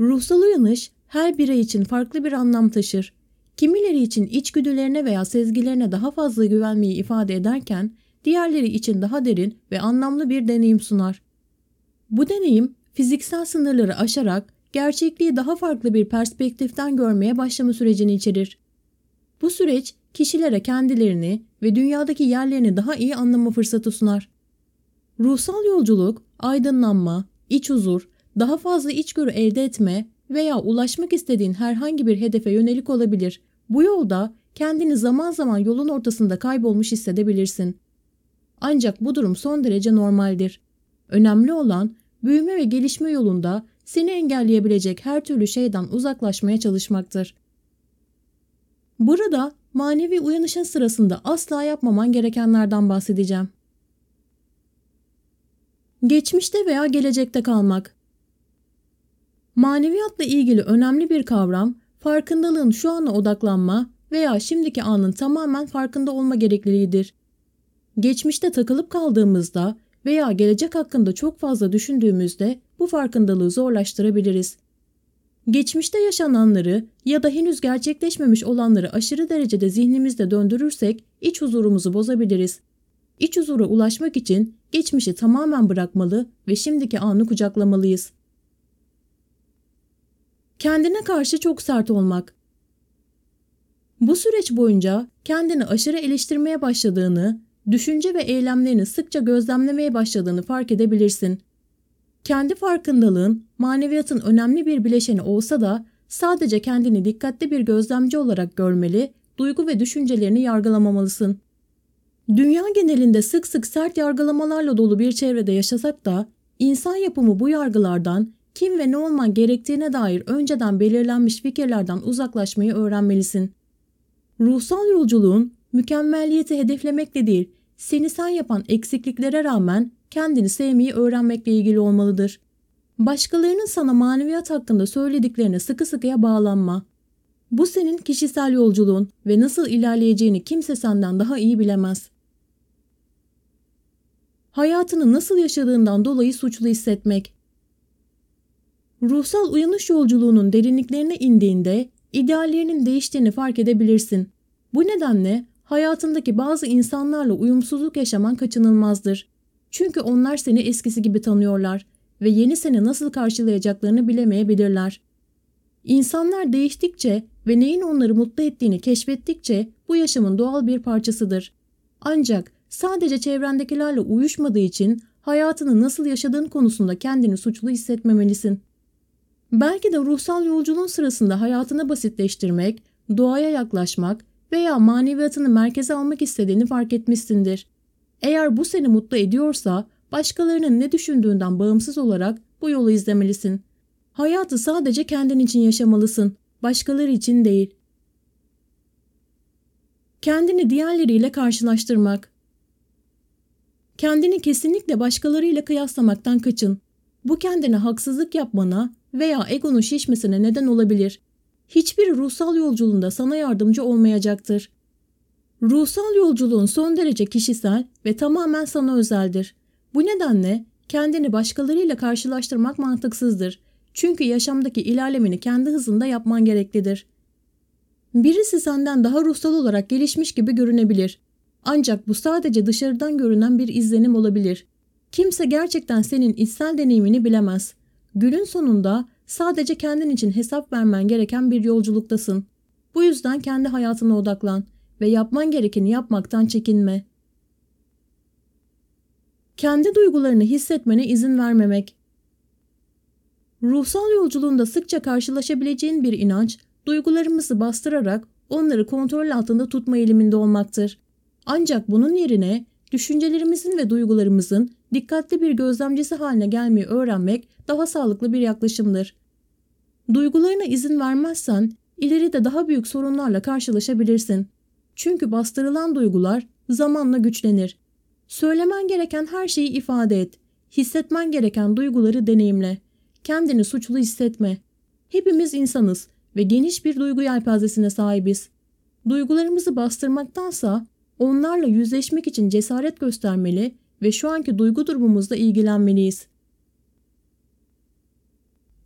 Ruhsal uyanış her birey için farklı bir anlam taşır. Kimileri için içgüdülerine veya sezgilerine daha fazla güvenmeyi ifade ederken, diğerleri için daha derin ve anlamlı bir deneyim sunar. Bu deneyim, fiziksel sınırları aşarak gerçekliği daha farklı bir perspektiften görmeye başlama sürecini içerir. Bu süreç, kişilere kendilerini ve dünyadaki yerlerini daha iyi anlama fırsatı sunar. Ruhsal yolculuk, aydınlanma, iç huzur, daha fazla içgörü elde etme veya ulaşmak istediğin herhangi bir hedefe yönelik olabilir. Bu yolda kendini zaman zaman yolun ortasında kaybolmuş hissedebilirsin. Ancak bu durum son derece normaldir. Önemli olan büyüme ve gelişme yolunda seni engelleyebilecek her türlü şeyden uzaklaşmaya çalışmaktır. Burada manevi uyanışın sırasında asla yapmaman gerekenlerden bahsedeceğim. Geçmişte veya gelecekte kalmak. Maneviyatla ilgili önemli bir kavram, farkındalığın şu ana odaklanma veya şimdiki anın tamamen farkında olma gerekliliğidir. Geçmişte takılıp kaldığımızda veya gelecek hakkında çok fazla düşündüğümüzde bu farkındalığı zorlaştırabiliriz. Geçmişte yaşananları ya da henüz gerçekleşmemiş olanları aşırı derecede zihnimizde döndürürsek iç huzurumuzu bozabiliriz. İç huzura ulaşmak için geçmişi tamamen bırakmalı ve şimdiki anı kucaklamalıyız. Kendine karşı çok sert olmak. Bu süreç boyunca kendini aşırı eleştirmeye başladığını, düşünce ve eylemlerini sıkça gözlemlemeye başladığını fark edebilirsin. Kendi farkındalığın, maneviyatın önemli bir bileşeni olsa da sadece kendini dikkatli bir gözlemci olarak görmeli, duygu ve düşüncelerini yargılamamalısın. Dünya genelinde sık sık sert yargılamalarla dolu bir çevrede yaşasak da, insan yapımı bu yargılardan, kim ve ne olman gerektiğine dair önceden belirlenmiş fikirlerden uzaklaşmayı öğrenmelisin. Ruhsal yolculuğun mükemmelliyeti hedeflemekle değil, seni sen yapan eksikliklere rağmen kendini sevmeyi öğrenmekle ilgili olmalıdır. Başkalarının sana maneviyat hakkında söylediklerine sıkı sıkıya bağlanma. Bu senin kişisel yolculuğun ve nasıl ilerleyeceğini kimse senden daha iyi bilemez. Hayatını nasıl yaşadığından dolayı suçlu hissetmek. Ruhsal uyanış yolculuğunun derinliklerine indiğinde ideallerinin değiştiğini fark edebilirsin. Bu nedenle hayatındaki bazı insanlarla uyumsuzluk yaşaman kaçınılmazdır. Çünkü onlar seni eskisi gibi tanıyorlar ve yeni seni nasıl karşılayacaklarını bilemeyebilirler. İnsanlar değiştikçe ve neyin onları mutlu ettiğini keşfettikçe bu yaşamın doğal bir parçasıdır. Ancak sadece çevrendekilerle uyuşmadığı için hayatını nasıl yaşadığın konusunda kendini suçlu hissetmemelisin. Belki de ruhsal yolculuğun sırasında hayatını basitleştirmek, doğaya yaklaşmak veya maneviyatını merkeze almak istediğini fark etmişsindir. Eğer bu seni mutlu ediyorsa, başkalarının ne düşündüğünden bağımsız olarak bu yolu izlemelisin. Hayatı sadece kendin için yaşamalısın, başkaları için değil. Kendini diğerleriyle karşılaştırmak. Kendini kesinlikle başkalarıyla kıyaslamaktan kaçın. Bu kendine haksızlık yapmana veya egonun şişmesine neden olabilir. Hiçbir ruhsal yolculuğunda sana yardımcı olmayacaktır. Ruhsal yolculuğun son derece kişisel ve tamamen sana özeldir. Bu nedenle kendini başkalarıyla karşılaştırmak mantıksızdır. Çünkü yaşamdaki ilerlemeni kendi hızında yapman gereklidir. Birisi senden daha ruhsal olarak gelişmiş gibi görünebilir. Ancak bu sadece dışarıdan görünen bir izlenim olabilir. Kimse gerçekten senin içsel deneyimini bilemez. Günün sonunda sadece kendin için hesap vermen gereken bir yolculuktasın. Bu yüzden kendi hayatına odaklan ve yapman gerekeni yapmaktan çekinme. Kendi duygularını hissetmene izin vermemek. Ruhsal yolculuğunda sıkça karşılaşabileceğin bir inanç, duygularımızı bastırarak onları kontrol altında tutma eğiliminde olmaktır. Ancak bunun yerine düşüncelerimizin ve duygularımızın dikkatli bir gözlemcisi haline gelmeyi öğrenmek daha sağlıklı bir yaklaşımdır. Duygularına izin vermezsen ileride daha büyük sorunlarla karşılaşabilirsin. Çünkü bastırılan duygular zamanla güçlenir. Söylemen gereken her şeyi ifade et. Hissetmen gereken duyguları deneyimle. Kendini suçlu hissetme. Hepimiz insanız ve geniş bir duygu yelpazesine sahibiz. Duygularımızı bastırmaktansa onlarla yüzleşmek için cesaret göstermeli ve şu anki duygu durumumuzla ilgilenmeliyiz.